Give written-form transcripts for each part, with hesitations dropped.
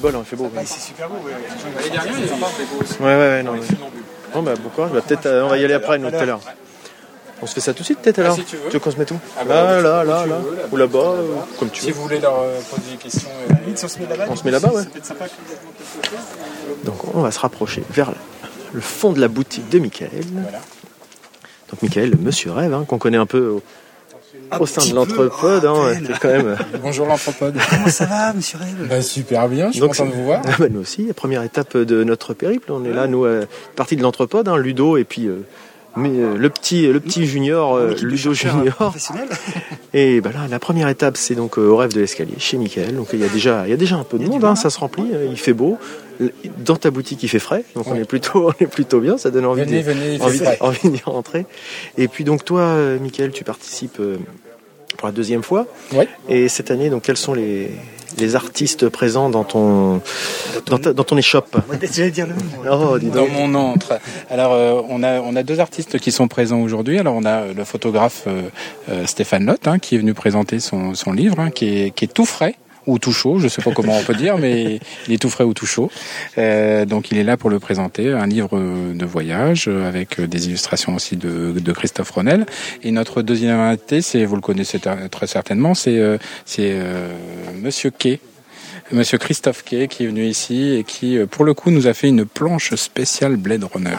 bol, hein, il fait beau. C'est super beau. L'année dernière, il était beau aussi. Ouais, non. Bon, bah, bon courage. Peut-être, on va y aller après, nous, tout à l'heure. On se fait ça tout de suite, peut-être, alors si tu veux. Tu veux qu'on se mette où bah, là. Ou là-bas, comme tu veux. Si vous voulez leur poser des questions. On se met là-bas. On se met là-bas, ouais. C'est peut-être sympa. Donc, on va se rapprocher vers le fond de la boutique de Michael. Voilà. Donc, Michael, le monsieur rêve, hein, qu'on connaît un peu au sein de l'Anthropode. C'est quand même... Bonjour l'Anthropode. Comment ça va, monsieur Rêve? Bah, super bien, je suis Donc, content de vous voir. Bah, nous aussi, la première étape de notre périple. On est là, nous, partie de l'Anthropode, Ludo, et puis... le petit junior, Ludo Junior. Professionnel. Et bah là, la première étape, c'est donc au rêve de l'escalier chez Michael. Donc il y a déjà un peu de monde, ça se remplit, il fait beau. Dans ta boutique, il fait frais, donc on est plutôt bien. Ça donne envie Venez, il fait frais. envie d'y rentrer. Et puis donc toi, Michael, tu participes pour la deuxième fois. Oui. Et cette année, donc quels sont les artistes présents dans ton échoppe? J'allais dire le nom. Oh, dis Dans donc. mon antre. Alors, on a deux artistes qui sont présents aujourd'hui. Alors, on a le photographe Stéphane Lotte, qui est venu présenter son livre, qui est tout frais. Ou tout chaud, je sais pas comment on peut dire, mais il est tout frais ou tout chaud. Donc il est là pour le présenter, un livre de voyage avec des illustrations aussi de Christophe Ronel. Et notre deuxième invité, vous le connaissez très certainement, c'est Monsieur Kay. Monsieur Christophe Kay qui est venu ici et qui, pour le coup, nous a fait une planche spéciale Blade Runner.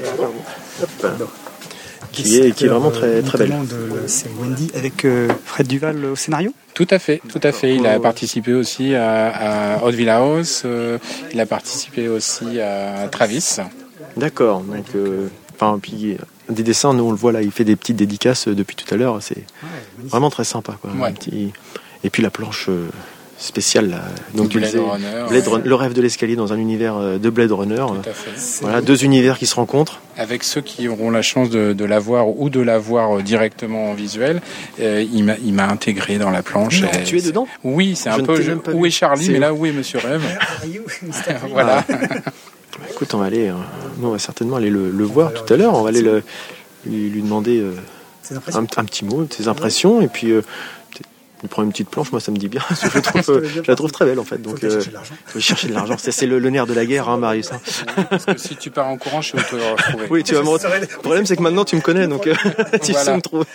Qui est vraiment très, très belle. C'est Wendy avec Fred Duval au scénario. Tout à fait. Il a participé aussi à Hot Villa House. Il a participé aussi à Travis. D'accord. Donc, puis des dessins, nous on le voit là, il fait des petites dédicaces depuis tout à l'heure. C'est vraiment très sympa, quoi. Ouais. Et puis la planche spéciale là. Donc tu Blade disais, Runner. le rêve de l'escalier dans un univers de Blade Runner. Tout à fait. Voilà, deux univers qui se rencontrent. Avec ceux qui auront la chance de la voir ou de la voir directement en visuel, il m'a intégré dans la planche. Non, tu es dedans? Oui, c'est un Je ne peu. t'ai même pas Où vu. est Charlie? Mais là, où est Monsieur Rêve? Voilà. Écoute, on va aller, nous on va certainement aller le voir tout à l'heure. On va aller lui demander un petit mot de ses impressions et puis. Il prend une petite planche, moi ça me dit bien. Je la trouve très belle en fait. Donc, faut chercher de l'argent. C'est le nerf de la guerre, Marius. Parce que si tu pars en courant, je sais où te retrouver. Oui, tu vas me retrouver. Le problème c'est que maintenant tu me connais, donc tu sais me trouver.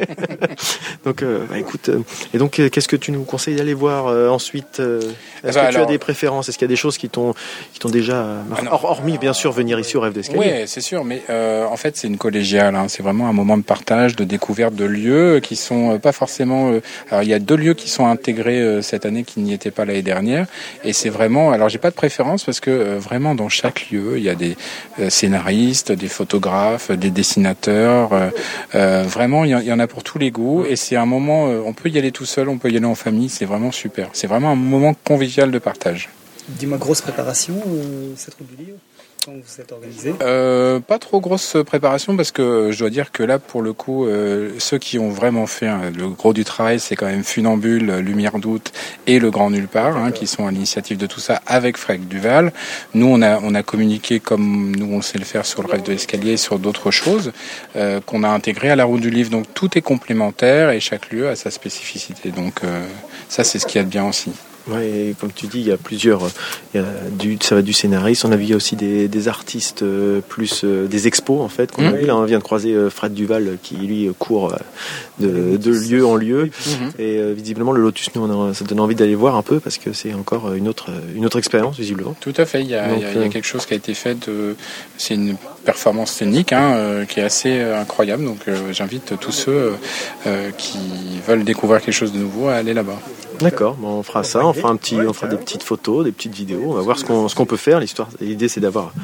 Donc, écoute. Et donc, qu'est-ce que tu nous conseilles d'aller voir ensuite? Est-ce que tu as des préférences? Est-ce qu'il y a des choses qui t'ont déjà hormis bien sûr venir ici au rêve d'escalier? Oui, c'est sûr. Mais en fait, c'est une collégiale. C'est vraiment un moment de partage, de découverte de lieux qui sont pas forcément. Alors, il y a 2 lieux qui sont intégrés cette année qui n'y étaient pas l'année dernière. Et c'est vraiment... Alors, j'ai pas de préférence parce que vraiment, dans chaque lieu, il y a des scénaristes, des photographes, des dessinateurs. Vraiment, il y en a pour tous les goûts. Et c'est un moment... on peut y aller tout seul, on peut y aller en famille. C'est vraiment super. C'est vraiment un moment convivial de partage. Dis-moi, grosse préparation, cette route du livre? Quand vous êtes organisé? Pas trop grosse préparation parce que je dois dire que là pour le coup ceux qui ont vraiment fait le gros du travail, c'est quand même Funambule, Lumière d'août et Le Grand Nulle Part qui sont à l'initiative de tout ça avec Fred Duval. Nous on a communiqué comme nous on sait le faire sur le rêve de l'escalier et sur d'autres choses qu'on a intégré à la route du livre. Donc tout est complémentaire et chaque lieu a sa spécificité. Donc ça c'est ce qu'il y a de bien aussi. Ouais, et comme tu dis, il y a plusieurs. Ça va du scénariste. On a vu aussi des artistes plus des expos en fait. Qu'on a vu là, on vient de croiser Fred Duval qui lui court de lieu en lieu. Et visiblement le Lotus, nous, ça donne envie d'aller voir un peu parce que c'est encore une autre expérience visiblement. Tout à fait. Il y a quelque chose qui a été fait. C'est une performance scénique qui est assez incroyable. Donc j'invite tous ceux qui veulent découvrir quelque chose de nouveau à aller là-bas. D'accord, bon, on fera ça, on fera des petites photos, des petites vidéos, on va voir ce qu'on peut faire. L'idée c'est d'avoir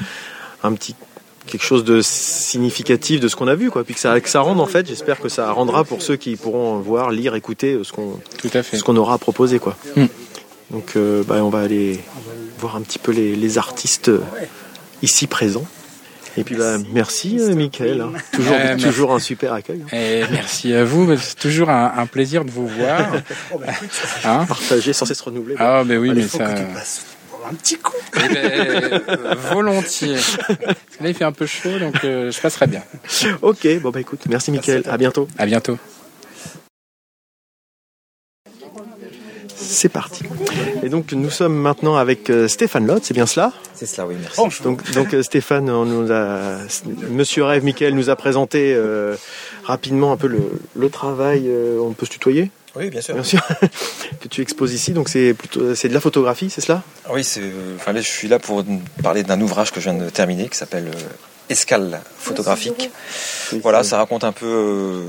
quelque chose de significatif de ce qu'on a vu, quoi. Puis que ça rende en fait, j'espère que ça rendra pour ceux qui pourront voir, lire, écouter ce qu'on aura à proposer, quoi. Donc on va aller voir un petit peu les artistes ici présents. Et puis merci Michael, toujours un super accueil. Et merci à vous, c'est toujours un plaisir de vous voir. Partager sans cesse renouveler. Ah mais oui, mais faut ça. Que tu passes un petit coup. Volontiers. Parce que là il fait un peu chaud, donc je passerai bien. Ok, écoute, merci Michael, à bientôt. À bientôt. c'est parti. Et donc nous sommes maintenant avec Stéphane Lotte, c'est bien cela ? C'est cela, oui, merci. Donc Stéphane, Monsieur Rêve, Mickaël nous a présenté rapidement un peu le travail, on peut se tutoyer ? Oui, bien sûr. Bien sûr. Que tu exposes ici, donc c'est de la photographie, c'est cela ? Oui, là, je suis là pour parler d'un ouvrage que je viens de terminer qui s'appelle Escale photographique. Oui, voilà, ça raconte un peu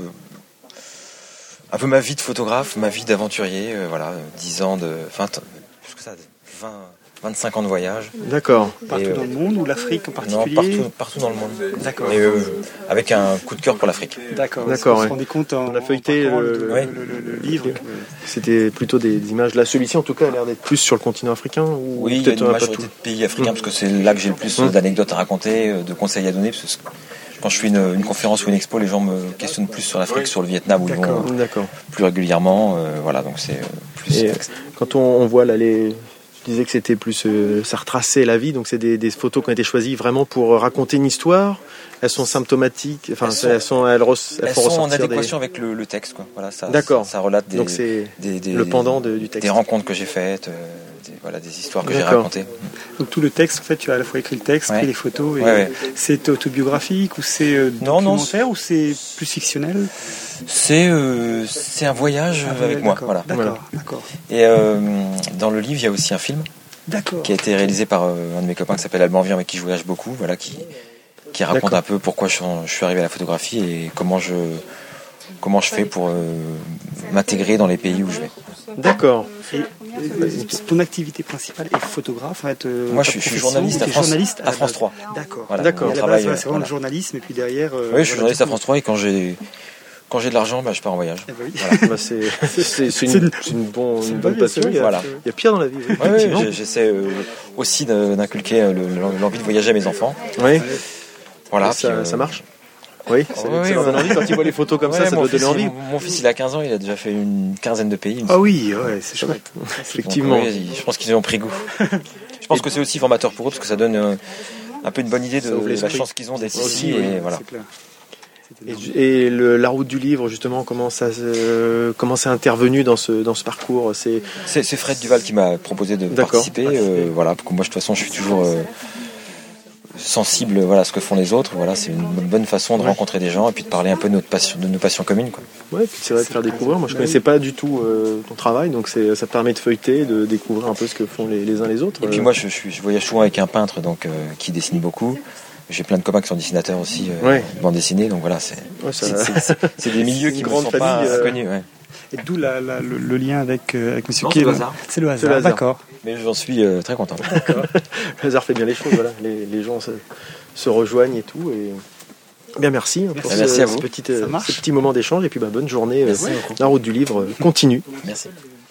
ma vie de photographe, ma vie d'aventurier, 10 ans plus que ça, 25 ans de voyage. D'accord. Partout dans le monde ou l'Afrique en particulier ? Non, partout dans le monde. D'accord. Mais avec un coup de cœur pour l'Afrique. D'accord. On se rendait compte on a feuilleté le livre. C'était plutôt des images. Là, celui-ci, en tout cas, a l'air d'être plus sur le continent africain. Ou oui, il y a une majorité de pays africains parce que c'est là que j'ai le plus d'anecdotes à raconter, de conseils à donner. Parce que quand je fais une conférence ou une expo, les gens me questionnent plus sur l'Afrique, sur le Vietnam où ils vont plus régulièrement. Donc c'est plus. Et quand on voit là tu disais que c'était plus ça retraçait la vie, donc c'est des photos qui ont été choisies vraiment pour raconter une histoire. Elles sont symptomatiques, enfin elles sont en adéquation avec le texte, quoi. Voilà, ça relate donc c'est le pendant du texte. Des rencontres que j'ai faites, des histoires que j'ai racontées. Donc tout le texte, en fait, tu as à la fois écrit le texte, pris les photos. Et c'est autobiographique ou c'est documentaire ou c'est plus fictionnel ? C'est un voyage avec moi. Voilà. D'accord. Et dans le livre, il y a aussi un film qui a été réalisé par un de mes copains qui s'appelle Alban Vian, avec qui je voyage beaucoup, qui raconte un peu pourquoi je suis arrivé à la photographie et comment je fais pour m'intégrer dans les pays où je vais. D'accord. Et ton activité principale est photographe, en fait. Moi, je suis journaliste à France 3. D'accord. Voilà, D'accord. C'est vraiment le journalisme, et puis derrière. Oui, je suis journaliste à France 3 et quand j'ai de l'argent, je pars en voyage. Voilà. C'est une bonne passion. Il y a pire dans la vie. Oui, j'essaie aussi d'inculquer l'envie de voyager à mes enfants. Oui. Voilà. Ça marche. Oui, ça donne envie quand il voit les photos comme ça doit donner envie. Mon fils, il a 15 ans, il a déjà fait une quinzaine de pays. Ah oui, c'est chouette. Effectivement. Donc, je pense qu'ils ont pris goût. Je pense que c'est aussi formateur pour eux parce que ça donne un peu une bonne idée de la chance qu'ils ont d'être ici. Et voilà. Et la route du livre, justement, comment c'est intervenu dans ce parcours ? C'est Fred Duval qui m'a proposé de participer. Parce que moi, de toute façon, je suis toujours sensible à ce que font les autres. Voilà, c'est une bonne façon de rencontrer des gens et puis de parler un peu de nos passions communes, quoi. Ouais, puis c'est vrai de faire découvrir. Moi, je connaissais pas du tout ton travail, donc ça permet de feuilleter, de découvrir un peu ce que font les uns les autres. Et puis moi, je voyage souvent avec un peintre qui dessine beaucoup. J'ai plein de copains qui sont dessinateurs aussi, bande dessinée, donc voilà, c'est des milieux qui ne sont pas inconnus. Ouais. Et d'où le lien avec Monsieur Kim. C'est le hasard, d'accord. Mais j'en suis très content. D'accord. Le hasard fait bien les choses, voilà. Les gens se rejoignent et tout. Et... Bien, merci pour ce petit moment d'échange, et puis bonne journée. La route du livre continue. Merci.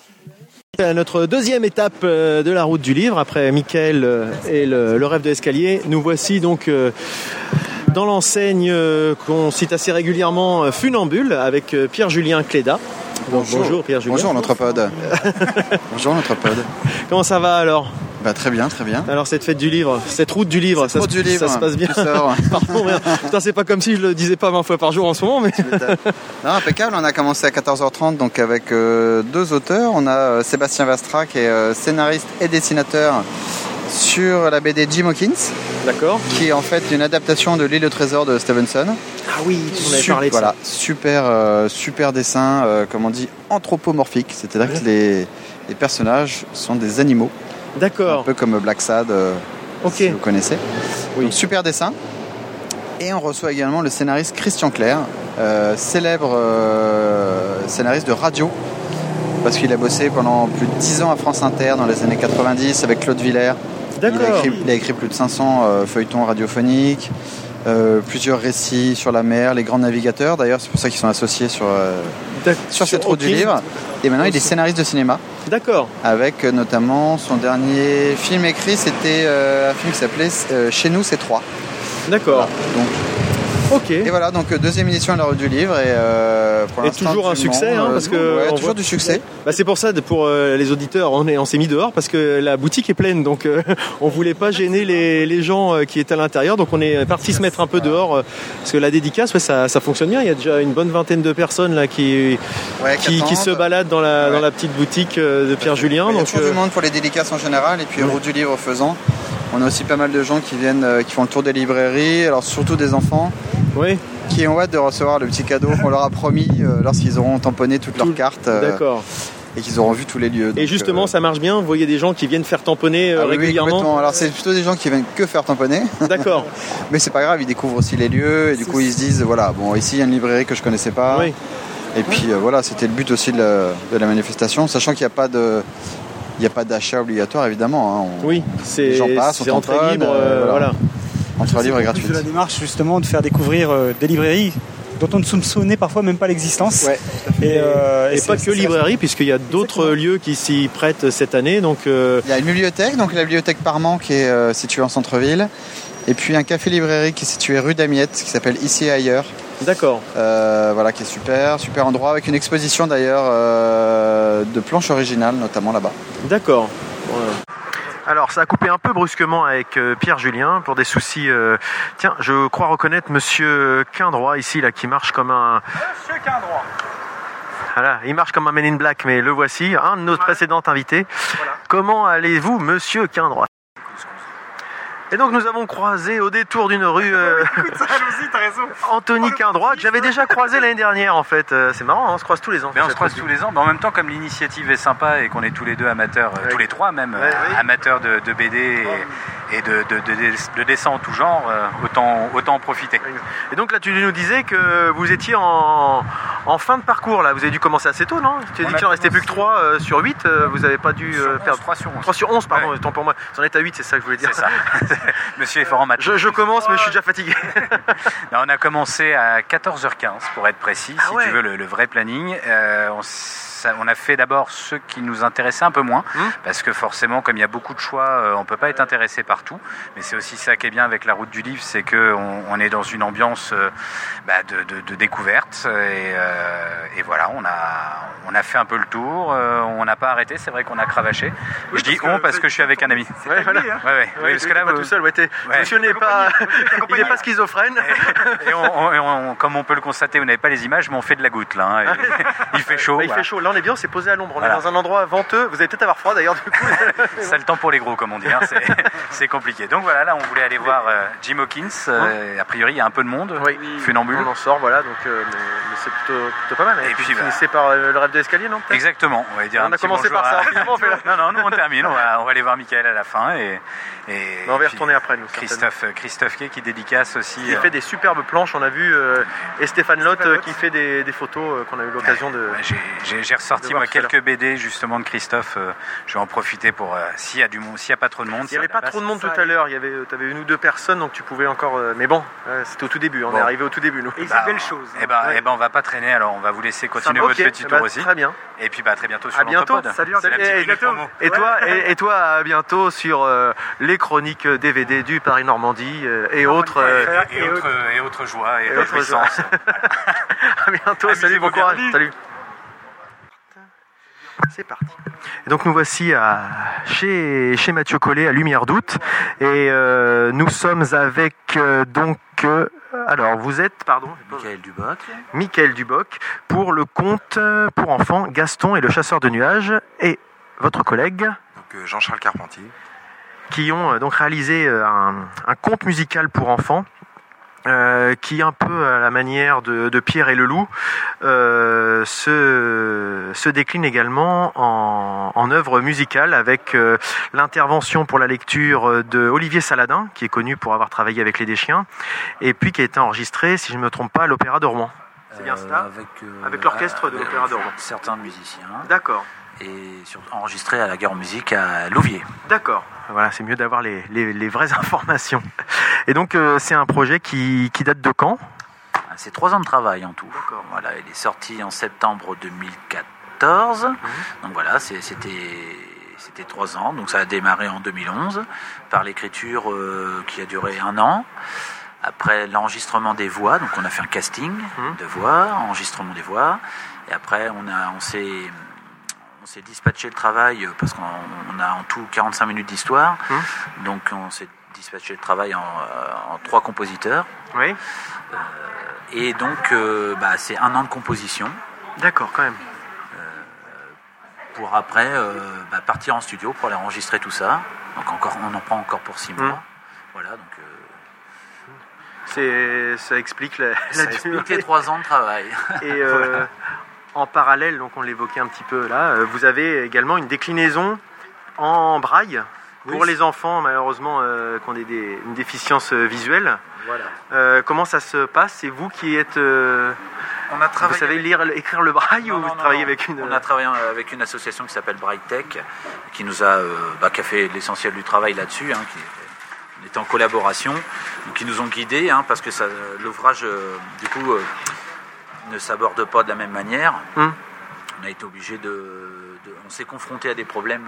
Notre deuxième étape de la route du livre, après Mickaël et le rêve de l'escalier, nous voici donc dans l'enseigne qu'on cite assez régulièrement, Funambule, avec Pierre-Julien Cléda. Donc, bonjour Pierre-Julien. Bonjour notre pod. Bonjour notre pod. Comment ça va alors ? Très bien, très bien. Alors cette route du livre, ça se passe bien. Pardon, putain, c'est pas comme si je le disais pas 20 fois par jour en ce moment, mais. Non, impeccable. On a commencé à 14h30 donc avec deux auteurs. On a Sébastien Vastra qui est scénariste et dessinateur sur la BD Jim Hawkins. D'accord. Qui est en fait une adaptation de L'île au trésor de Stevenson. Ah oui, on avait parlé de ça. Voilà, super dessin, comme on dit, anthropomorphique. C'est-à-dire que les personnages sont des animaux. D'accord. Un peu comme Black Sad, si vous connaissez. Oui. Donc, super dessin. Et on reçoit également le scénariste Christian Clair, célèbre scénariste de radio, parce qu'il a bossé pendant plus de 10 ans à France Inter dans les années 90 avec Claude Villers. D'accord. Il a écrit plus de 500 feuilletons radiophoniques, plusieurs récits sur la mer, les grands navigateurs. D'ailleurs, c'est pour ça qu'ils sont associés sur cette route du livre. Et maintenant, il est scénariste de cinéma. D'accord. Avec notamment son dernier film écrit, c'était un film qui s'appelait Chez nous, c'est 3. D'accord. Voilà. Donc, Ok. Et voilà, donc deuxième édition à la Route du Livre et pour l'instant toujours un succès, parce que toujours du succès. C'est pour ça, pour les auditeurs, on s'est mis dehors parce que la boutique est pleine, donc on voulait pas gêner les gens qui étaient à l'intérieur, donc on est parti se mettre un peu dehors parce que la dédicace, ça fonctionne bien. Il y a déjà une bonne vingtaine de personnes là qui se baladent dans la petite boutique de Pierre Julien. Il y a toujours du monde pour les dédicaces en général, et puis Route du Livre faisant. On a aussi pas mal de gens qui viennent, qui font le tour des librairies, alors surtout des enfants, qui ont hâte de recevoir le petit cadeau qu'on leur a promis lorsqu'ils auront tamponné toutes leurs cartes. D'accord. Et qu'ils auront vu tous les lieux. Et justement, ça marche bien. Vous voyez des gens qui viennent faire tamponner régulièrement. Oui, complètement. Alors c'est plutôt des gens qui viennent que faire tamponner. D'accord. Mais c'est pas grave, ils découvrent aussi les lieux et du coup ils se disent voilà, bon ici il y a une librairie que je connaissais pas. Oui. Et puis voilà, c'était le but aussi de la manifestation, sachant qu'il n'y a pas de. Il n'y a pas d'achat obligatoire évidemment. Oui, les gens passent, c'est entrée libre. Voilà. Entrée libre et gratuite. C'est la démarche justement de faire découvrir des librairies dont on ne soupçonnait parfois même pas l'existence. Ouais. Et pas que librairie, puisqu'il y a d'autres lieux qui s'y prêtent cette année. Donc, il y a une bibliothèque, donc la bibliothèque Parment qui est située en centre-ville. Et puis un café-librairie qui est situé rue d'Amiette, qui s'appelle Ici et Ailleurs. D'accord. Voilà, qui est super endroit, avec une exposition d'ailleurs de planches originales, notamment là-bas. D'accord. Voilà. Alors, ça a coupé un peu brusquement avec Pierre Julien pour des soucis. Tiens, je crois reconnaître Monsieur Quindroy ici, là, qui marche comme un. Monsieur Quindroy. Voilà, il marche comme un Men in Black, mais le voici, un de nos précédents invités. Voilà. Comment allez-vous, Monsieur Quindroy ? Et donc nous avons croisé au détour d'une rue Anthony Quindroy, que j'avais déjà croisé l'année dernière en fait. C'est marrant, on se croise tous les ans. Mais on se croise tous les ans, mais en même temps comme l'initiative est sympa et qu'on est tous les deux amateurs, tous les trois même, amateurs de BD et de dessin en tout genre, autant en profiter. Et donc là tu nous disais que vous étiez en fin de parcours là, vous avez dû commencer assez tôt, non? Tu as dit qu'il en restait plus que 3 sur 8, vous n'avez pas dû perdre 3 sur 11. 3 sur 11, pardon, tant pour moi. Vous en êtes à 8, c'est ça que je voulais dire. C'est ça. Monsieur est fort en maths. Je commence, mais je suis déjà fatigué. Non, on a commencé à 14h15 pour être précis, tu veux le vrai planning. On a fait d'abord ceux qui nous intéressaient un peu moins, parce que forcément, comme il y a beaucoup de choix, on ne peut pas être intéressé partout. Mais c'est aussi ça qui est bien avec la Route du Livre, c'est qu'on est dans une ambiance de découverte. Et voilà, on a fait un peu le tour. On n'a pas arrêté, c'est vrai qu'on a cravaché. Je dis on parce que je suis avec un ami. Ouais, voilà. Oui, parce que là, pas tout seul. Monsieur n'est pas, il n'est pas schizophrène. Et comme on peut le constater, vous n'avez pas les images, mais on fait de la goutte là. Il fait chaud. Il fait chaud. Là, on est bien, on s'est posé à l'ombre. On est dans un endroit venteux. Vous allez peut-être avoir froid d'ailleurs du coup. C'est le temps pour les gros, comme on dit. C'est compliqué. Donc voilà, là, on voulait aller voir Jim Hawkins. A priori, il y a un peu de monde. Funambule. On en sort, voilà. Donc, mais c'est plutôt pas mal. Et puis, finissez par le rêve de l'escalier, non? Exactement. On va dire. On a commencé par ça. Non, nous on termine. On va aller voir Michael à la fin on va y retourner après nous. Christophe Kay qui dédicace aussi. Il fait des superbes planches. On a vu et Stéphane Lotte qui fait des photos qu'on a eu l'occasion de. J'ai ressorti moi quelques BD justement de Christophe. Je vais en profiter pour s'il y a pas trop de monde. Il n'y avait pas trop de monde tout à l'heure. Tu avais 1 ou 2 personnes, donc tu pouvais encore. Mais bon, c'était au tout début. On est arrivé au tout début nous. Et c'est belle chose. Et ben on va pas traîner. Alors on va vous laisser continuer votre petit tour aussi. Très bien. Et puis à très bientôt sur l'Anthropode. Salut. Et toi à bientôt sur les chroniques DVD du Paris-Normandie et autres joies et réjouissances. À bientôt. Salut, bon courage. Salut. C'est parti. Et donc nous voici chez Mathieu Collet à Lumière d'Août et nous sommes avec alors vous êtes Michael Duboc pour le conte pour enfants Gaston et le chasseur de nuages et votre collègue Jean-Charles Carpentier qui ont donc réalisé un conte musical pour enfants. Qui un peu à la manière de Pierre et le Loup se décline également en œuvre musicale avec l'intervention pour la lecture de Olivier Saladin qui est connu pour avoir travaillé avec les Deschiens et puis qui a été enregistré si je ne me trompe pas à l'Opéra de Rouen. C'est bien ça avec l'orchestre de l'Opéra de Rouen. Certains musiciens. D'accord. Et enregistré à la Gare Musique à Louviers. D'accord. Voilà, c'est mieux d'avoir les vraies informations. Et donc, c'est un projet qui date de quand ? C'est 3 ans de travail en tout. D'accord. Voilà, il est sorti en septembre 2014. Donc voilà, c'était 3 ans. Donc ça a démarré en 2011 par l'écriture qui a duré 1 an. Après l'enregistrement des voix, donc on a fait un casting de voix, enregistrement des voix, et après on s'est dispatché le travail parce qu'on a en tout 45 minutes d'histoire, donc on s'est dispatché le travail en 3 compositeurs. Oui. Et donc c'est 1 an de composition. D'accord, quand même. Pour après partir en studio pour aller enregistrer tout ça. Donc on en prend encore pour 6 mois. Voilà, donc ça explique ça explique les 3 ans de travail. Et en parallèle, donc on l'évoquait un petit peu là, vous avez également une déclinaison en braille pour les enfants malheureusement qui ont une déficience visuelle. Voilà. Comment ça se passe? C'est vous qui êtes... On a travaillé vous savez écrire le braille ou vous travaillez avec une... On a travaillé avec une association qui s'appelle Braille Tech, qui nous a qui a fait l'essentiel du travail là-dessus, on était en collaboration, donc ils nous ont guidés, parce que l'ouvrage du coup ne s'aborde pas de la même manière. On a été obligé on s'est confronté à des problèmes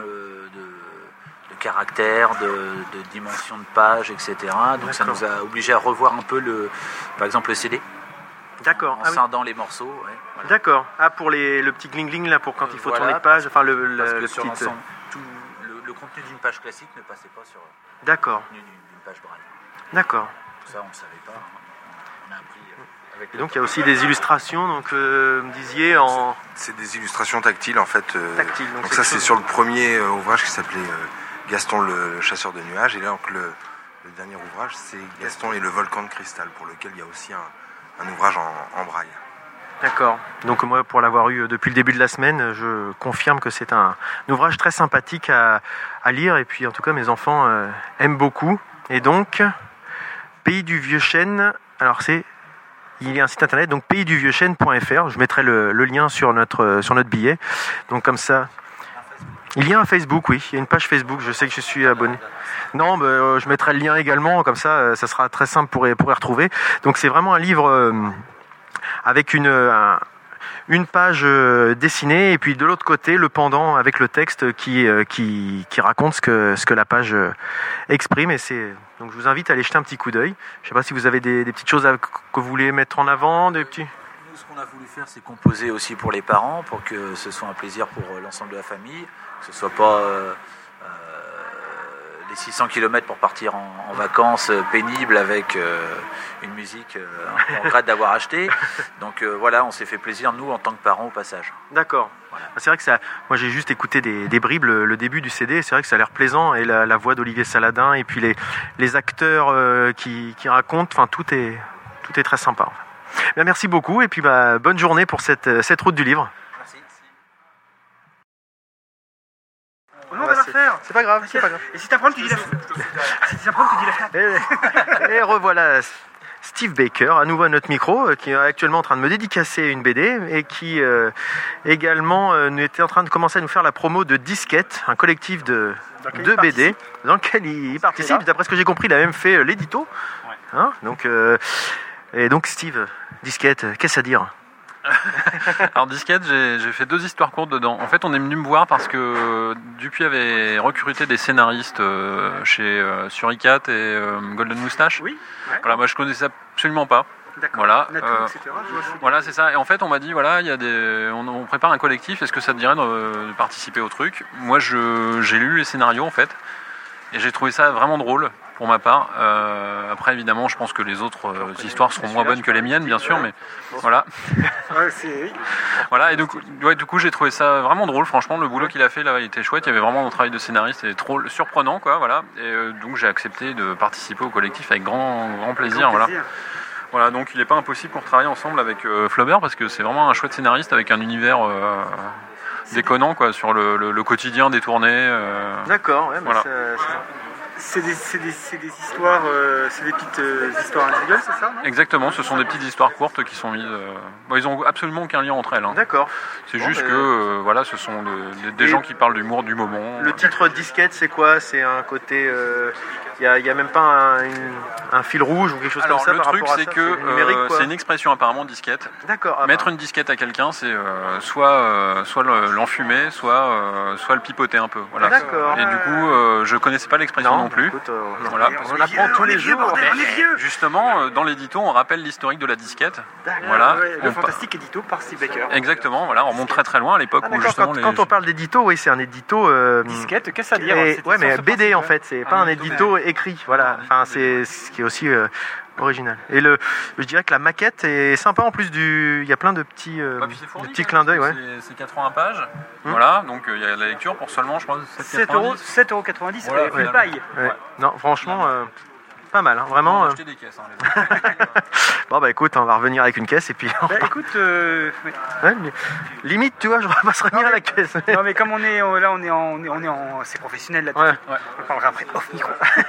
de caractère, de dimension de page, etc. Donc ça nous a obligé à revoir un peu par exemple le CD. D'accord. En scindant les morceaux. Ouais, voilà. D'accord. Pour le petit gling-gling là, pour quand il faut tourner de page. Parce que sur l'ensemble, le contenu d'une page classique ne passait pas sur le contenu d'une page braille. D'accord. Tout ça, on ne savait pas. On a appris. Et donc il y a aussi des illustrations, donc me disiez en... C'est des illustrations tactiles en fait. Tactiles. Donc ça c'est sur le premier ouvrage qui s'appelait Gaston le chasseur de nuages. Et là donc le dernier ouvrage c'est Gaston et le volcan de cristal, pour lequel il y a aussi un ouvrage en braille. D'accord. Donc moi, pour l'avoir eu depuis le début de la semaine, je confirme que c'est un ouvrage très sympathique à lire. Et puis en tout cas, mes enfants aiment beaucoup. Et donc, Pays du Vieux Chêne, alors il y a un site internet, donc paysduvieurchêne.fr. Je mettrai le lien sur notre billet. Donc comme ça... Il y a un Facebook, oui. Il y a une page Facebook. Je sais que je suis abonné. Non, je mettrai le lien également. Comme ça, ça sera très simple pour y retrouver. Donc c'est vraiment un livre avec une page dessinée et puis de l'autre côté le pendant avec le texte qui raconte ce que la page exprime. Et donc je vous invite à aller jeter un petit coup d'œil. Je ne sais pas si vous avez des petites choses que vous voulez mettre en avant, des petits... Ce qu'on a voulu faire, c'est composer aussi pour les parents, pour que ce soit un plaisir pour l'ensemble de la famille, que ce soit pas les 600 km pour partir en vacances pénibles avec une musique qu'on regrette d'avoir acheté. Donc voilà, on s'est fait plaisir, nous, en tant que parents, au passage. D'accord. Voilà. C'est vrai que moi j'ai juste écouté des bribes, le début du CD, c'est vrai que ça a l'air plaisant, et la voix d'Olivier Saladin, et puis les acteurs qui racontent, enfin tout est très sympa. Bien, merci beaucoup et puis bonne journée pour cette route du livre. Merci. On va la faire. C'est pas grave. Et si t'apprends, tu dis la Et revoilà Steve Baker, à nouveau à notre micro, qui est actuellement en train de me dédicacer une BD et qui également était en train de commencer à nous faire la promo de Disquette, un collectif de BD dans lequel il participe. D'après ce que j'ai compris, il a même fait l'édito. Ouais. Et donc Steve, Disquette, qu'est-ce à dire? Alors Disquette, j'ai fait 2 histoires courtes dedans. En fait, on est venu me voir parce que Dupuis avait recruté des scénaristes chez Suricat et Golden Moustache. Oui. Voilà, moi je connaissais absolument pas. D'accord. Voilà, etc. Voilà, c'est ça. Et en fait, on m'a dit voilà, on prépare un collectif. Est-ce que ça te dirait de participer au truc? Moi, j'ai lu les scénarios en fait, et j'ai trouvé ça vraiment drôle. Pour ma part, après évidemment je pense que les autres histoires seront moins bonnes que les miennes bien sûr, mais voilà. Voilà, et du coup j'ai trouvé ça vraiment drôle, franchement le boulot qu'il a fait là il était chouette, il y avait vraiment un travail de scénariste, c'était trop surprenant quoi, voilà, et donc j'ai accepté de participer au collectif avec grand plaisir, voilà. Voilà, donc il n'est pas impossible qu'on retravaille ensemble avec Flaubert parce que c'est vraiment un chouette scénariste avec un univers déconnant quoi, sur le quotidien des tournées. D'accord, ouais, voilà. C'est des histoires, c'est des petites histoires individuelles, c'est ça, non? Exactement, ce sont des petites histoires courtes qui sont mises. Ils n'ont absolument aucun lien entre elles. Hein. D'accord. C'est juste que voilà, ce sont des gens qui parlent d'humour du moment. Le titre Disquette, c'est quoi? C'est un côté. Il n'y a même pas un fil rouge ou quelque chose comme ça par rapport à ça? Le truc, c'est que c'est une expression apparemment disquette. D'accord. Mettre une disquette à quelqu'un, c'est soit l'enfumer, soit le pipoter un peu. Voilà. D'accord. Et du coup, je connaissais pas l'expression non plus. Écoute, voilà. On apprend tous les jours. Justement, dans l'édito, on rappelle l'historique de la disquette. Voilà. Le fantastique édito par Steve Baker. Exactement. Voilà, on remonte très loin à l'époque où justement quand on parle d'édito, oui, c'est un édito disquette. Qu'est-ce à dire? Ouais, mais BD en fait, c'est pas un édito écrit. Voilà. Enfin, c'est ce qui est aussi original. Et je dirais que la maquette est sympa en plus il y a plein de petits clins d'œil. Ouais. C'est 80 pages. Voilà, donc il y a de la lecture pour seulement, je crois, 7,90 €. Voilà, une paille. Ouais. Non, franchement, pas mal, hein, vraiment. On va acheter des caisses. Bon bah écoute, on va revenir avec une caisse et puis. Écoute, limite, tu vois, je repasserai bien à la caisse. Non mais comme on est en c'est professionnel là. Ouais. On parlera après off micro.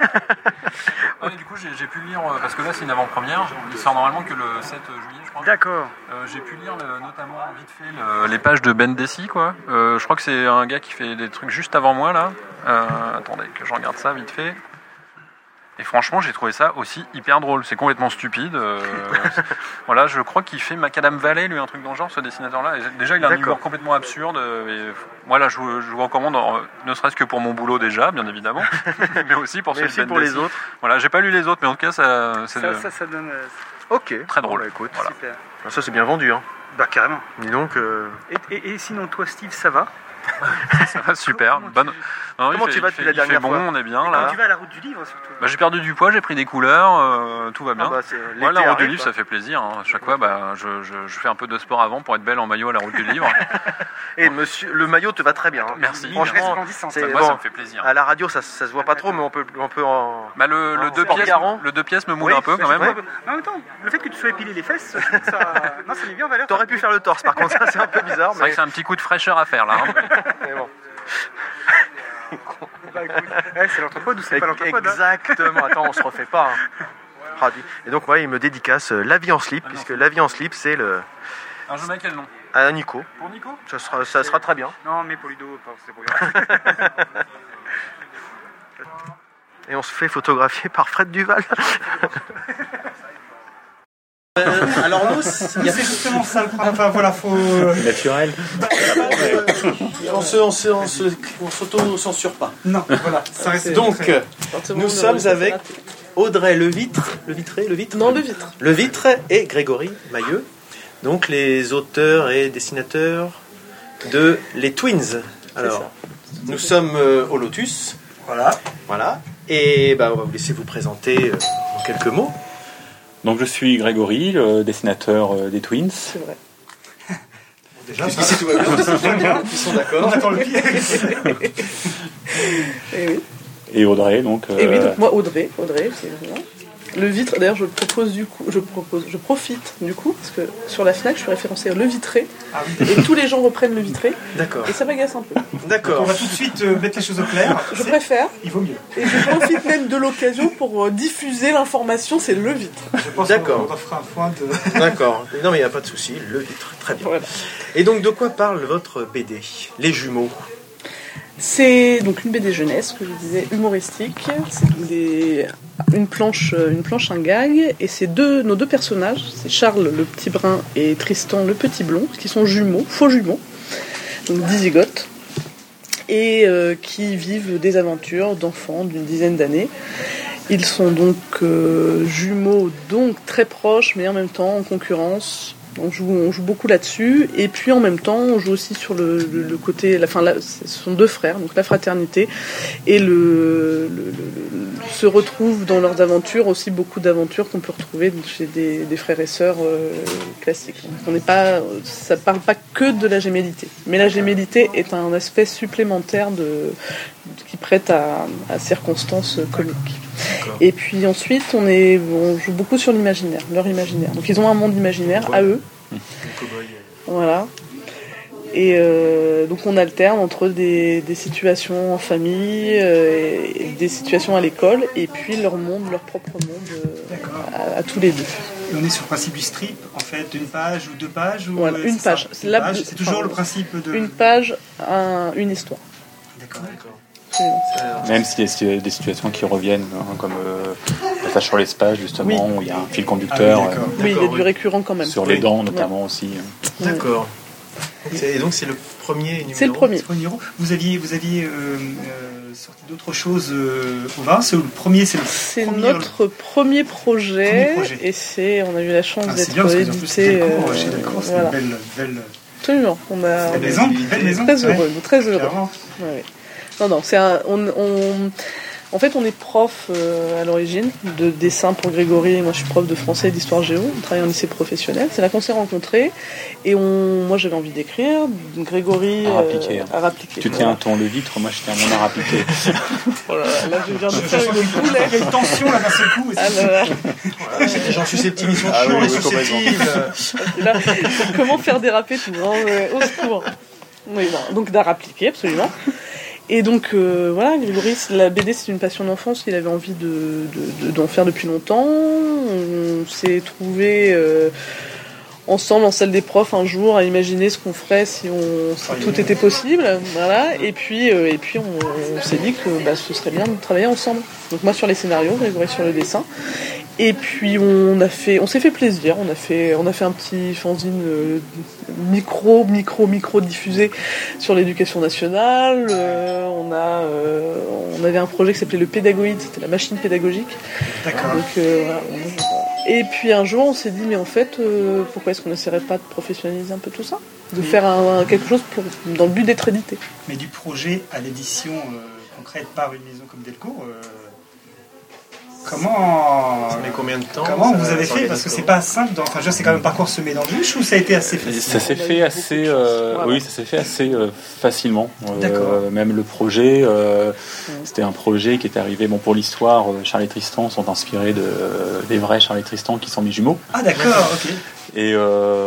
Du coup, j'ai pu lire parce que là c'est une avant-première. Il sort normalement que le 7 juillet, je crois. D'accord. J'ai pu lire notamment vite fait les pages de Ben Dessy, quoi. Je crois que c'est un gars qui fait des trucs juste avant moi là. Attendez que je regarde ça vite fait. Et franchement, j'ai trouvé ça aussi hyper drôle. C'est complètement stupide. Voilà, je crois qu'il fait Macadam Valley, lui, un truc dans le genre, ce dessinateur-là. Et déjà, il a un humour complètement absurde. Voilà, je vous recommande, ne serait-ce que pour mon boulot déjà, bien évidemment, mais aussi pour celui pour les autres. Voilà, j'ai pas lu les autres, mais en tout cas, ça donne. Ok. Très drôle. Bah, écoute, voilà. Super. Ça, c'est bien vendu, hein. Bah carrément. Dis donc. Et sinon, toi, Steve, ça va? Ça va super. Comment tu vas depuis la dernière fois? On est bien là. Tu vas à la route du livre surtout. J'ai perdu du poids, j'ai pris des couleurs, tout va bien. La route du livre, ça fait plaisir. Hein. À chaque fois, je fais un peu de sport avant pour être belle en maillot à la route du livre. Et monsieur, le maillot te va très bien. Hein. Merci. Franchement, moi, ça me fait plaisir. À la radio, ça se voit pas trop, mais on peut en. Le 2 pièces me moule un peu quand même. Mais en même temps, le fait que tu sois épilé les fesses, ça met bien en valeur. T'aurais pu faire le torse, par contre, ça c'est un peu bizarre. C'est vrai que c'est un petit coup de fraîcheur à faire là. Mais bon. C'est l'entrepode ou c'est pas l'entrepode? Exactement. Attends, on se refait pas. Hein. Et donc, moi, il me dédicace La vie en slip, puisque La vie en slip, c'est le. Alors, je mets quel nom? À Nico. Pour Nico? Ça sera très bien. Non, mais pour Ludo, c'est pour grave. Et on se fait photographier par Fred Duval. Alors nous, c'est justement ça le problème. Enfin voilà, faut naturel. On s'auto-censure pas. Non, voilà. Ça reste donc nous sommes avec Audrey Levitre, Levitre et Grégory Mailleux, donc les auteurs et dessinateurs de Les Twins. Alors nous sommes au Lotus. Voilà. Et on va vous laisser vous présenter en quelques mots. Donc je suis Grégory, le dessinateur des Twins. C'est vrai. Déjà, si tout va bien, ils sont d'accord. On attend le pied. Et oui. Et Audrey, donc. Et oui, donc moi Audrey, c'est vraiment. Le Vitre, d'ailleurs, je profite du coup, parce que sur la Fnac, je suis référencée Le Vitré, et tous les gens reprennent Le Vitré. D'accord. Et ça m'agace un peu. D'accord. On va tout de suite mettre les choses au clair. Je préfère. Il vaut mieux. Et je profite même de l'occasion pour diffuser l'information, c'est Le Vitre. Je pense qu'on fera un point de. D'accord. Non, mais il n'y a pas de souci. Le Vitre, très bien. Voilà. Et donc, de quoi parle votre BD? Les jumeaux. C'est donc une BD jeunesse, que je disais, humoristique. C'est une planche, un gag. Et c'est nos deux personnages, c'est Charles le petit brun et Tristan le petit blond, qui sont jumeaux, faux jumeaux, donc dizygotes, et qui vivent des aventures d'enfants d'une dizaine d'années. Ils sont donc jumeaux, donc très proches, mais en même temps en concurrence. On joue beaucoup là-dessus, et puis en même temps on joue aussi sur le côté, ce sont deux frères, donc la fraternité, et se retrouvent dans leurs aventures aussi beaucoup d'aventures qu'on peut retrouver chez des frères et sœurs classiques. Donc ça parle pas que de la gémellité, mais la gémellité est un aspect supplémentaire qui prête à circonstances comiques. D'accord. Et puis ensuite on joue beaucoup sur l'imaginaire, leur imaginaire. Donc ils ont un monde imaginaire à eux. Voilà. Et donc on alterne entre des situations en famille, et des situations à l'école, et puis leur propre monde à tous les deux. Et on est sur le principe du strip, en fait, d'une page ou deux pages ou voilà, une page. C'est toujours le principe de. Une page, une histoire. D'accord. Même s'il y a des situations qui reviennent, comme passage sur l'espace justement, où il y a un fil conducteur. Oui, il y a du récurrent quand même. Sur les dents notamment aussi. D'accord. Et donc c'est le premier numéro. C'est le premier. Vous aviez sorti d'autres choses au vin. C'est notre premier projet. Et on a eu la chance d'être édité. C'est une belle. Absolument. Belle maison. Très heureux. Ouais. Non, c'est en fait, on est prof à l'origine de dessin pour Grégory. Moi, je suis prof de français et d'histoire géo. On travaille en lycée professionnel. C'est là qu'on s'est rencontrés. Et moi, j'avais envie d'écrire. Grégory a rappliqué. Tu tiens ton le vitre, moi, je tiens mon art appliqué. Là, je viens de faire une poulet. Il y a une tension là d'un seul coup. J'en suis susceptible, ils sont chauds, les susceptibles. Là, comment faire déraper tout, au secours. Oui, donc d'art appliqué, absolument. Et donc voilà, Grégory, la BD c'est une passion d'enfance, il avait envie d'en faire depuis longtemps. On s'est trouvés ensemble en salle des profs un jour à imaginer ce qu'on ferait si tout était possible. Voilà. Et puis on s'est dit que ce serait bien de travailler ensemble. Donc moi sur les scénarios, Grégory sur le dessin. Et puis on s'est fait plaisir, on a fait un petit fanzine micro diffusé sur l'éducation nationale. On avait un projet qui s'appelait le Pédagoïde, c'était la machine pédagogique. D'accord. Donc voilà. Et puis un jour on s'est dit mais en fait pourquoi est-ce qu'on n'essaierait pas de professionnaliser un peu tout ça, de faire quelque chose dans le but d'être édité. Mais du projet à l'édition concrète par une maison comme Delcourt. Comment ça met combien de temps? Comment vous avez fait? Parce que c'est pas simple. C'est quand même un parcours semé d'embûches ou ça a été assez facile? Ça s'est fait assez. Oui, ça s'est fait assez facilement. Même le projet, c'était un projet qui était arrivé. Bon, pour l'histoire, Charles et Tristan sont inspirés des vrais Charles et Tristan qui sont mes jumeaux. Ah d'accord, ok. Et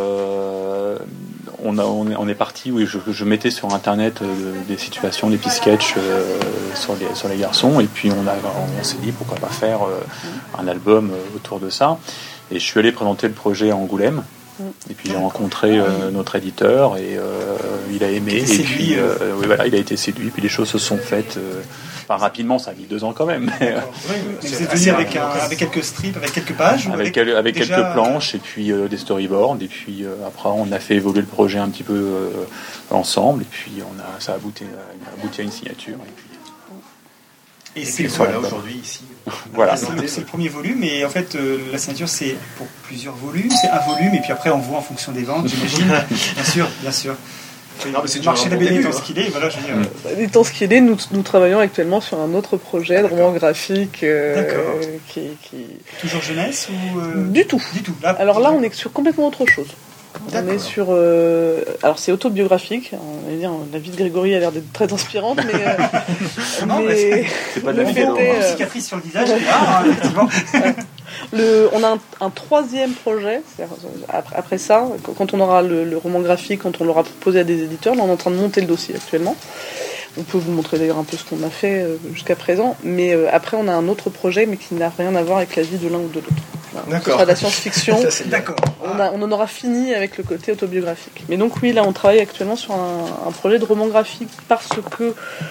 on est parti, oui, je mettais sur internet des situations, des petits sketchs sur les garçons, et puis on s'est dit pourquoi pas faire un album autour de ça. Et je suis allé présenter le projet à Angoulême, et puis j'ai rencontré notre éditeur, et il a aimé, et puis oui, voilà, il a été séduit, puis les choses se sont faites. Enfin, rapidement, ça a mis 2 ans quand même. Vous êtes venu avec quelques strips, avec quelques pages avec quelques planches et puis des storyboards. Et puis après, on a fait évoluer le projet un petit peu ensemble. Et puis ça a abouti à une signature. Et c'est voilà aujourd'hui ici. Voilà. C'est le premier volume. Et en fait, la signature, c'est pour plusieurs volumes. C'est un volume. Et puis après, on voit en fonction des ventes, j'imagine. Bien sûr. Non, mais c'est le marché de la BD étant ce qu'il est, voilà, je veux dire. Étant ce qu'il est, nous travaillons actuellement sur un autre projet de roman graphique qui... Toujours jeunesse ou Du tout. Alors là, on est sur complètement autre chose. D'accord. On est sur... Alors c'est autobiographique. On va dire, la vie de Grégory a l'air d'être très inspirante, mais... Non, c'est pas de la vidéo. Cicatrice sur le visage, effectivement. On a un troisième projet. Après ça, quand on aura le roman graphique, quand on l'aura proposé à des éditeurs, là on est en train de monter le dossier actuellement. On peut vous montrer d'ailleurs un peu ce qu'on a fait jusqu'à présent. Mais après, on a un autre projet, mais qui n'a rien à voir avec la vie de l'un ou de l'autre. Voilà. Ce sera de la science-fiction. D'accord. On en aura fini avec le côté autobiographique. Mais donc oui, là, on travaille actuellement sur un projet de roman graphique parce que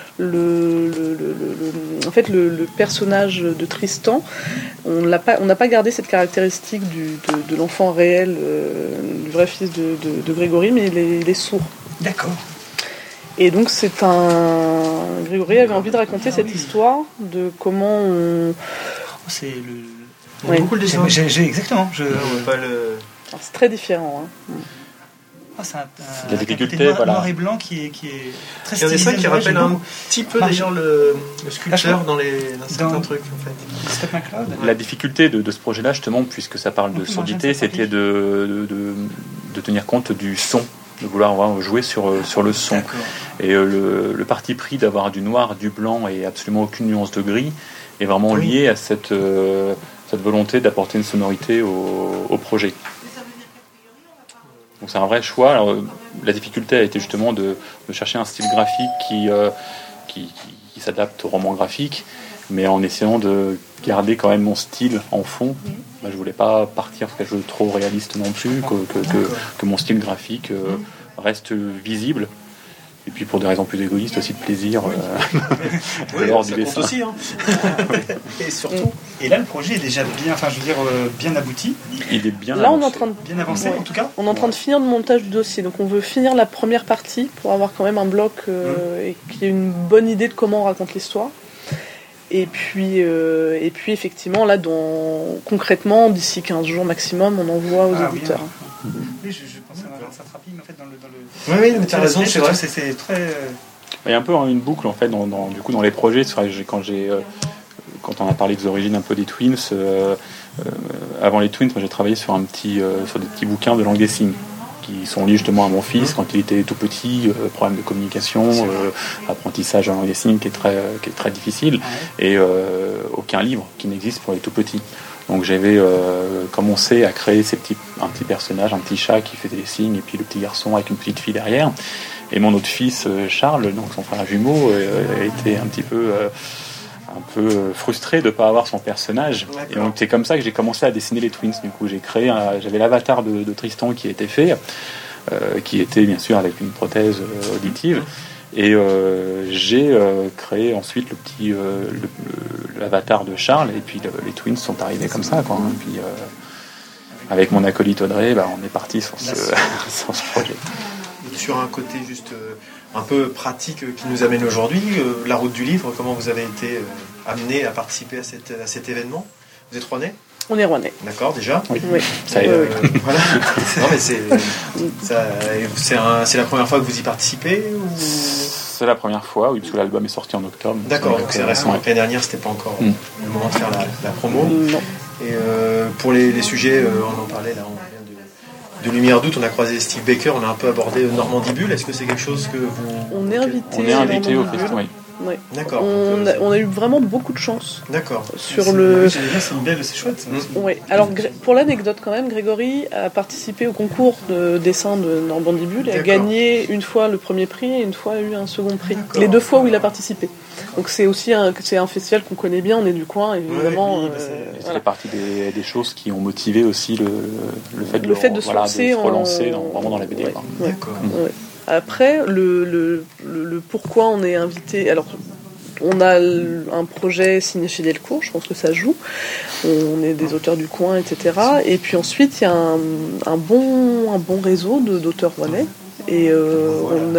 en fait, le personnage de Tristan, on n'a pas gardé cette caractéristique de l'enfant réel, du vrai fils de Grégory, mais il est sourd. D'accord. Et donc Grégory avait envie de raconter cette histoire de comment on... C'est Oui. beaucoup le dessin. Exactement. C'est très différent. C'est la difficulté, noir et blanc qui est très stylé. Il y a des dessins qui rappellent un petit peu d'ailleurs le sculpteur dans certains trucs en fait. Scott McCloud. La difficulté de ce projet-là, justement, puisque ça parle de surdité, c'était de tenir compte du son, de vouloir jouer sur le son. D'accord. Et le parti pris d'avoir du noir, du blanc et absolument aucune nuance de gris est vraiment lié à cette volonté d'apporter une sonorité au projet. Donc c'est un vrai choix. Alors, la difficulté a été justement de chercher un style graphique qui s'adapte au roman graphique, mais en essayant de garder quand même mon style en fond. Je voulais pas partir sur quelque chose de trop réaliste non plus, que mon style graphique reste visible. Et puis pour des raisons plus égoïstes aussi de plaisir. Oui, ça compte aussi. Hein. Et surtout. Et là, le projet est déjà bien abouti. Il est bien là, avancé. on est en train de bien avancé en tout cas. On est en train de finir le montage du dossier. Donc on veut finir la première partie pour avoir quand même un bloc et qu'il y ait une bonne idée de comment on raconte l'histoire. Et puis effectivement, là, concrètement, d'ici 15 jours maximum, on envoie aux éditeurs. Oui, je pensais à ça rapide, mais en fait, dans le Oui, mais tu as raison, c'est vrai. C'est très... Il y a un peu une boucle, en fait, dans les projets. C'est vrai, quand on a parlé des origines un peu des Twins, avant les Twins, moi, j'ai travaillé sur des petits bouquins de langue des signes qui sont liés justement à mon fils quand il était tout petit, problème de communication, apprentissage en langue des signes qui est très difficile, et aucun livre qui n'existe pour les tout petits. Donc j'avais commencé à créer un petit personnage, un petit chat qui faisait des signes, et puis le petit garçon avec une petite fille derrière. Et mon autre fils, Charles, donc son frère jumeau, a été un peu frustré de ne pas avoir son personnage. D'accord. Et donc c'est comme ça que j'ai commencé à dessiner les Twins. Du coup, j'avais l'avatar de Tristan qui était fait, qui était bien sûr avec une prothèse auditive. Et j'ai créé ensuite l'avatar de Charles, et puis les Twins sont arrivés comme ça, quoi. Et puis avec mon acolyte Audrey, on est parti sur ce projet. Sur un côté juste un peu pratique qui nous amène aujourd'hui, la route du livre, comment vous avez été amené à participer à cet événement? Vous êtes rouennais? On est rouennais. D'accord, déjà. Oui. Ça y est. Voilà. Non, mais c'est la première fois que vous y participez ou... C'est la première fois, oui, parce que l'album est sorti en octobre. D'accord, donc c'est récent. L'année dernière, c'était pas encore le moment de faire la promo. Non. Et pour les sujets, on en parlait là, de Lumière d'août, on a croisé Steve Baker, on a un peu abordé Normandie Bulle. Est-ce que c'est quelque chose que vous... On est invité au festival. Oui. D'accord. On a eu vraiment beaucoup de chance. D'accord. C'est chouette. Ça. Oui. Alors pour l'anecdote quand même, Grégory a participé au concours de dessin de Normandie Bulle et a gagné une fois le premier prix et une fois eu un second prix. D'accord. Les 2 fois où il a participé. Donc c'est aussi un festival qu'on connaît bien, on est du coin évidemment. Ça fait partie des choses qui ont motivé aussi le fait de se relancer vraiment dans la BD. Ouais. D'accord. Ouais. Après, le pourquoi on est invité. Alors, on a un projet signé chez Delcourt, je pense que ça joue. On est des auteurs du coin, etc. Et puis ensuite, il y a un bon réseau d'auteurs rouennais. Et on a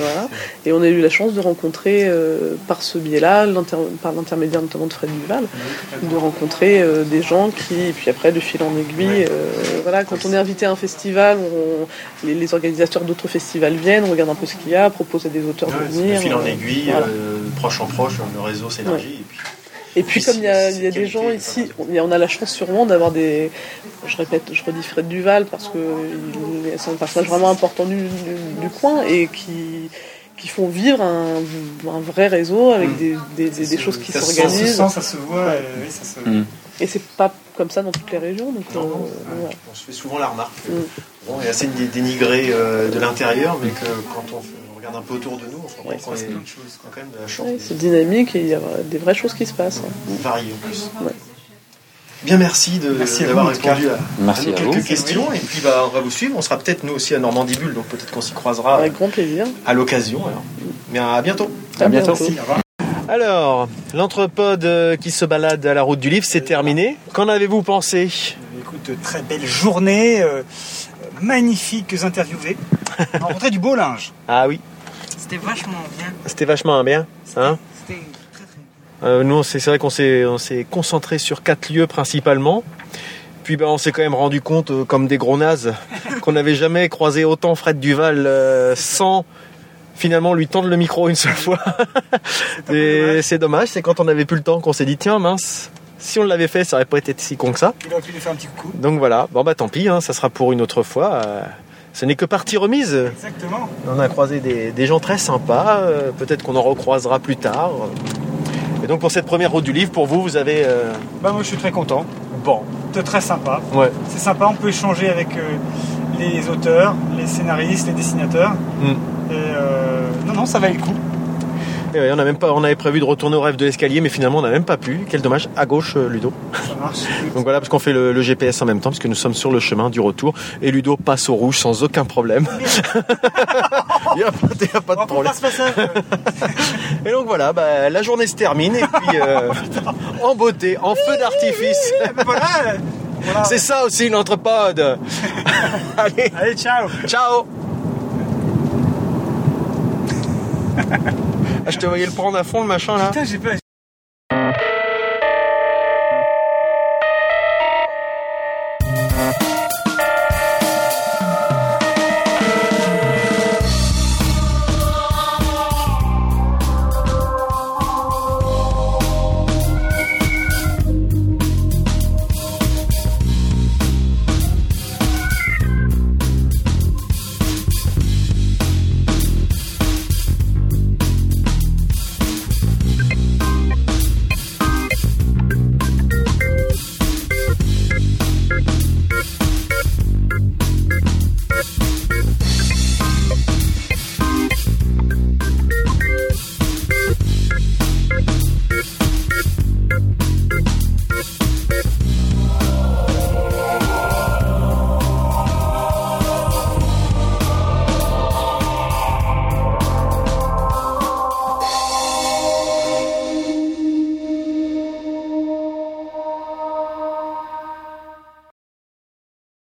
eu la chance de rencontrer par ce biais-là, par l'intermédiaire notamment de Fred Duval, de rencontrer des gens qui, et puis après de fil en aiguille, quand on est invité à un festival, les organisateurs d'autres festivals viennent, on regarde un peu ce qu'il y a, proposent à des auteurs de venir. De fil en aiguille, proche en proche, le réseau s'élargit. Et puis comme il y a des gens ici, on a la chance sûrement d'avoir je redis Fred Duval parce que c'est un personnage vraiment important du coin et qui font vivre un vrai réseau avec des choses qui s'organisent. Ça se voit. Et c'est pas comme ça dans toutes les régions. Donc on se fait souvent la remarque qu'il est assez dénigré de l'intérieur, mais que quand on regarde un peu autour de nous, on se rend compte qu'on a quand même de la chance. C'est dynamique et il y a des vraies choses qui se passent. Variées en plus. Ouais. Bien, merci d'avoir répondu à nos quelques questions. Et puis on va vous suivre. On sera peut-être nous aussi à Normandie Bulle, donc peut-être qu'on s'y croisera avec grand plaisir. À l'occasion. Alors. Mais à bientôt. À bientôt. Alors, l'entrepode qui se balade à la route du livre, c'est terminé. Qu'en avez-vous pensé? Écoute, très belle journée, magnifiques interviewés. On a rencontré du beau linge. Ah oui. C'était vachement bien. C'était vachement bien, hein? C'était très bien. Nous, c'est vrai qu'on s'est concentré sur 4 lieux principalement. Puis on s'est quand même rendu compte, comme des gros nazes, qu'on n'avait jamais croisé autant Fred Duval sans finalement lui tendre le micro une seule fois. Et c'est dommage, c'est quand on n'avait plus le temps qu'on s'est dit tiens mince, si on l'avait fait, ça aurait pas été si con que ça. Il aurait pu lui faire un petit coucou. Donc voilà, tant pis, ça sera pour une autre fois. Ce n'est que partie remise. Exactement. On a croisé des gens très sympas, peut-être qu'on en recroisera plus tard. Et donc pour cette première route du livre, pour vous avez... moi je suis très content. Bon. C'est très sympa. Ouais. C'est sympa, on peut échanger avec les auteurs, les scénaristes, les dessinateurs. Et non, ça valait le coup. Et ouais, on avait prévu de retourner au rêve de l'escalier, mais finalement on n'a même pas pu. Quel dommage. À gauche, Ludo. Ça marche. Donc voilà, parce qu'on fait le GPS en même temps, parce que nous sommes sur le chemin du retour. Et Ludo passe au rouge sans aucun problème. Il n'y a pas de problème. Et donc voilà, la journée se termine et puis en beauté, en feu d'artifice. Voilà. C'est ça aussi une entrepode. Allez, ciao. Ciao. Je te voyais le prendre à fond le machin là. Putain, j'ai pas...